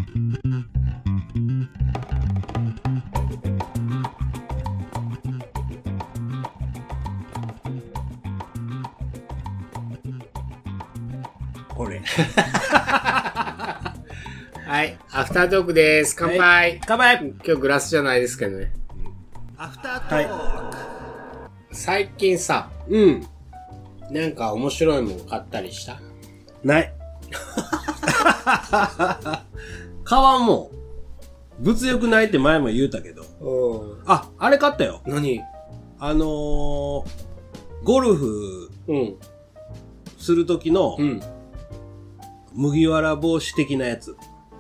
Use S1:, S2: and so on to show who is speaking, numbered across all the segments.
S1: これ。
S2: はい、アフタートークです。乾杯。はい、
S1: 乾杯。
S2: 今日グラスじゃないですけどね。
S1: アフタートーク。はい、
S2: 最近さ、なんか面白いもの買ったりした？
S1: ない。買わんもん。物欲ないって前も言うたけど。あれ買ったよ。
S2: 何？
S1: ゴルフ、するときの、麦わら帽子的なやつ。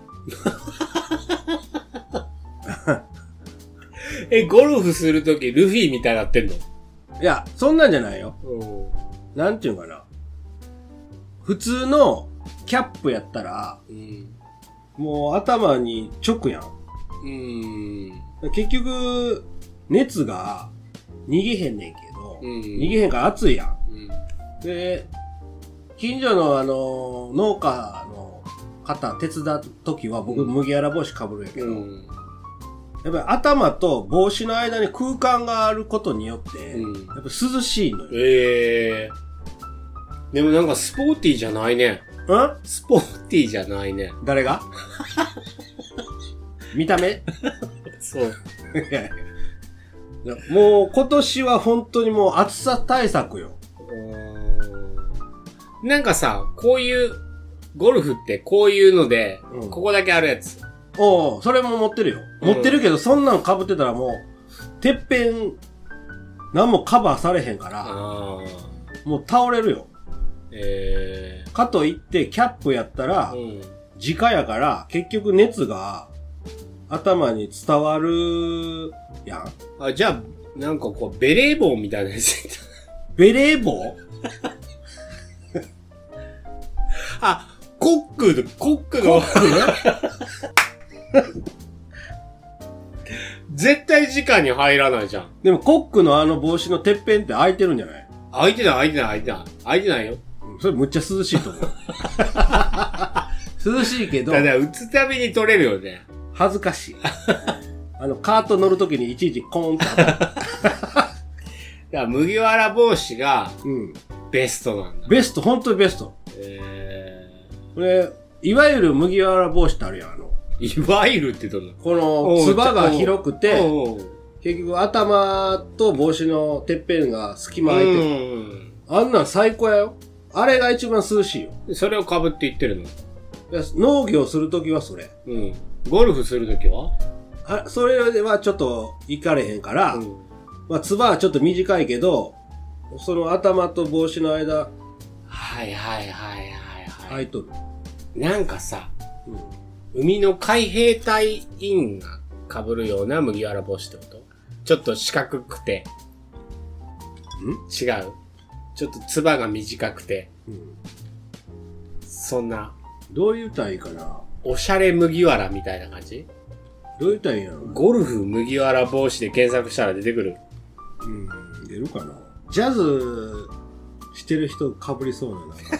S2: ゴルフするときルフィみたいになってんの？
S1: いや、そんなんじゃないよ。なんていうかな。普通のキャップやったら、もう頭に直やん。結局、熱が逃げへんねんけど、逃げへんから熱いやん。で、近所の農家の方手伝うときは僕麦わら帽子かぶるんやけど、やっぱり頭と帽子の間に空間があることによって、やっぱ涼しいのよ。
S2: でもなんかスポーティーじゃないね。スポーティーじゃないね。
S1: 誰が？見た目？
S2: そう。
S1: もう今年は本当にもう暑さ対策よ。
S2: なんかさ、こういう、ゴルフってこういうので、ここだけあるやつ。
S1: それも持ってるよ。持ってるけど、そんなん被ってたらもう、てっぺん、何もカバーされへんから、もう倒れるよ。かといって、キャップやったら、直やから、結局熱が、頭に伝わる、やん。
S2: じゃあ、なんかこう、ベレー帽みたいなやつ。
S1: ベレー帽？
S2: コックの。絶対直に入らないじゃん。
S1: でもコックの帽子のてっぺんって開いてるんじゃない？
S2: 開いてないよ。
S1: それむっちゃ涼しいと思う。涼しいけど。
S2: ただ、打つたびに取れるよね。
S1: 恥ずかしい。カート乗るときにいちいちコーンって当たる。だ
S2: から麦わら帽子が、ベストなんだ。
S1: ベスト、本当にベスト。これ、いわゆる麦わら帽子ってあるやん、
S2: いわゆるってどんな？
S1: この、つばが広くて、結局頭と帽子のてっぺんが隙間空いてる。あんなん最高やよ。あれが一番涼しいよ。
S2: それを被っていってるの？
S1: 農業するときはそれ。
S2: ゴルフするときは？
S1: それはちょっと行かれへんから、まあ、つばはちょっと短いけど、その頭と帽子の間、空いとる。
S2: なんかさ、海の海兵隊員が被るような麦わら帽子ってこと？ちょっと四角くて。違う。ちょっとつばが短くて。そんな。
S1: どう言ったらいいかな。
S2: おしゃれ麦わらみたいな感じ？
S1: どう言ったらいいんやろ。
S2: ゴルフ麦わら帽子で検索したら出てくる。
S1: 出るかな。ジャズしてる人被りそうな。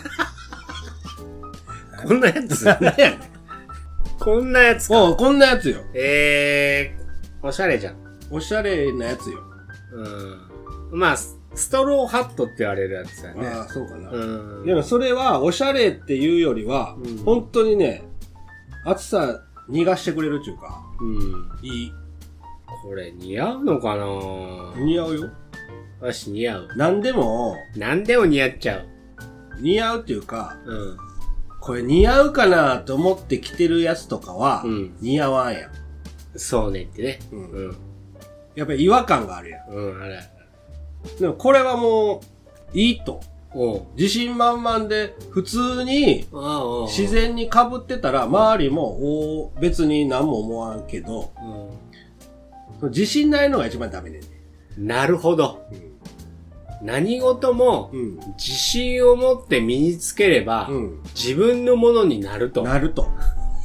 S2: こんなやつ何やねん。こんなやつか。
S1: こんなやつよ。
S2: おしゃれじゃん。
S1: おしゃれなやつよ。
S2: まあ、ストローハットって言われるやつだよね。
S1: そうかな。でもそれは、おしゃれっていうよりは、本当にね、暑さ逃がしてくれるっていうか、いい。
S2: これ似合うのかな？
S1: 似合うよ。
S2: よし、似合う。
S1: 何でも
S2: 似合っちゃう。
S1: 似合うっていうか、これ似合うかなと思って着てるやつとかは、似合わんやん。
S2: そうねってね。
S1: やっぱり違和感があるやん。
S2: あれ。
S1: でもこれはもう、いいと。自信満々で、普通に、自然に被ってたら、周りも、別に何も思わんけど、自信ないのが一番ダメね。
S2: なるほど。何事も、自信を持って身につければ、自分のものになると。
S1: なると。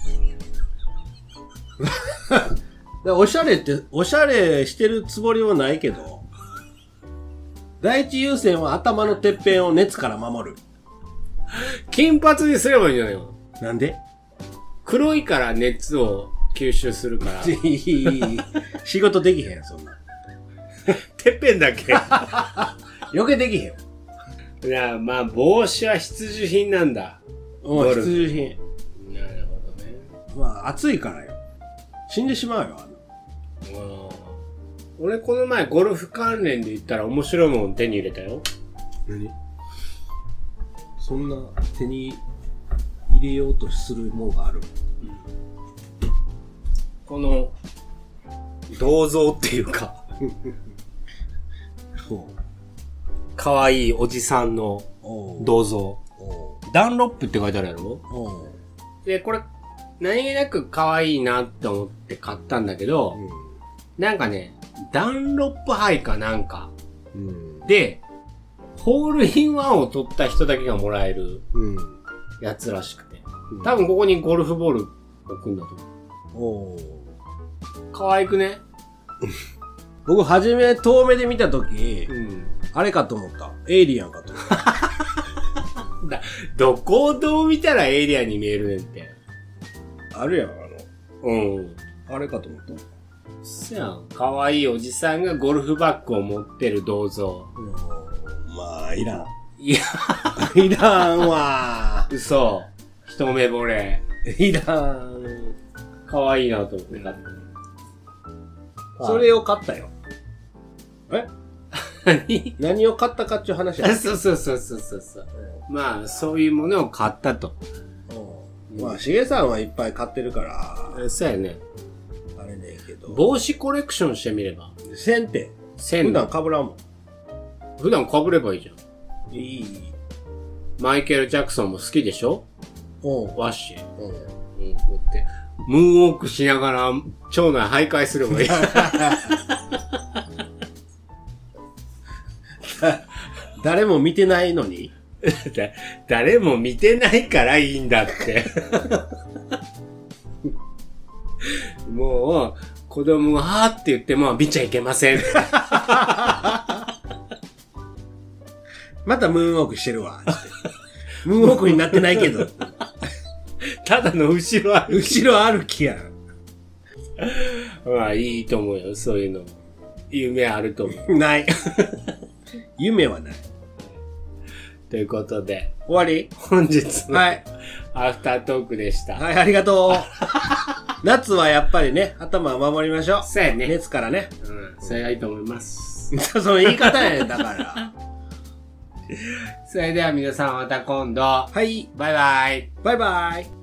S1: おしゃれって、おしゃれしてるつもりはないけど、第一優先は頭のてっぺんを熱から守る。
S2: 金髪にすればいいんじゃないの？
S1: なんで？
S2: 黒いから熱を吸収するから。
S1: 仕事できへん、そんな。
S2: てっぺんだけ。
S1: 余計できへん。
S2: いや、まあ、帽子は必需品なんだ。
S1: 必需品。
S2: なるほどね。
S1: まあ、暑いからよ。死んでしまうよ、
S2: 俺この前ゴルフ関連で言ったら面白いもん手に入れたよ。
S1: 何？そんな手に入れようとするもんがある？
S2: この、銅像っていうか。かわいいおじさんの銅像。ダンロップって書いてあるやろ？で、これ、何気なくかわいいなって思って買ったんだけど、なんかね、ダンロップ杯かなんか。で、ホールインワンを取った人だけがもらえるやつらしくて。多分ここにゴルフボール置くんだと思う。かわいくね？
S1: 僕、はじめ遠目で見たとき、あれかと思った。エイリアンかと思った。
S2: どこをどう見たらエイリアンに見えるねんって。
S1: あるやん、あれかと思った。
S2: そやん。かわいいおじさんがゴルフバッグを持ってる銅像。
S1: まあ、いらん。
S2: いや、
S1: いらんわ。
S2: 嘘。一目惚れ。
S1: いらん。
S2: かわいいなと思って買った。
S1: それを買ったよ。何を買ったかっていう話や。
S2: そう。まあ、そういうものを買ったと。
S1: まあ、しげさんはいっぱい買ってるから。
S2: そうやね。
S1: あれねんけど。
S2: 帽子コレクションしてみれば。
S1: せんて。普段被らんもん。
S2: 普段被ればいいじゃん。
S1: いい。
S2: マイケル・ジャクソンも好きでしょ？ワッシー。こうやって、ムーンウォークしながら、町内徘徊すればいい。
S1: 誰も見てないのに
S2: 誰も見てないからいいんだって。もう、子供がはーって言っても見ちゃいけません。
S1: またムーンウォークしてるわ。ムーンウォークになってないけど。
S2: ただの後ろ歩き。
S1: 後ろ歩きやん。
S2: まあいいと思うよ、そういうの。夢あると思う。
S1: ない。夢はない。
S2: ということで。
S1: 終わり？
S2: 本日の、
S1: はい。
S2: アフタートークでした。
S1: はい、ありがとう。夏はやっぱりね、頭を守りましょう。
S2: そうやね。
S1: 熱からね。
S2: それがいいと思います。
S1: その言い方やねん、だから。
S2: それでは皆さんまた今度。
S1: はい。
S2: バイバイ。
S1: バイバイ。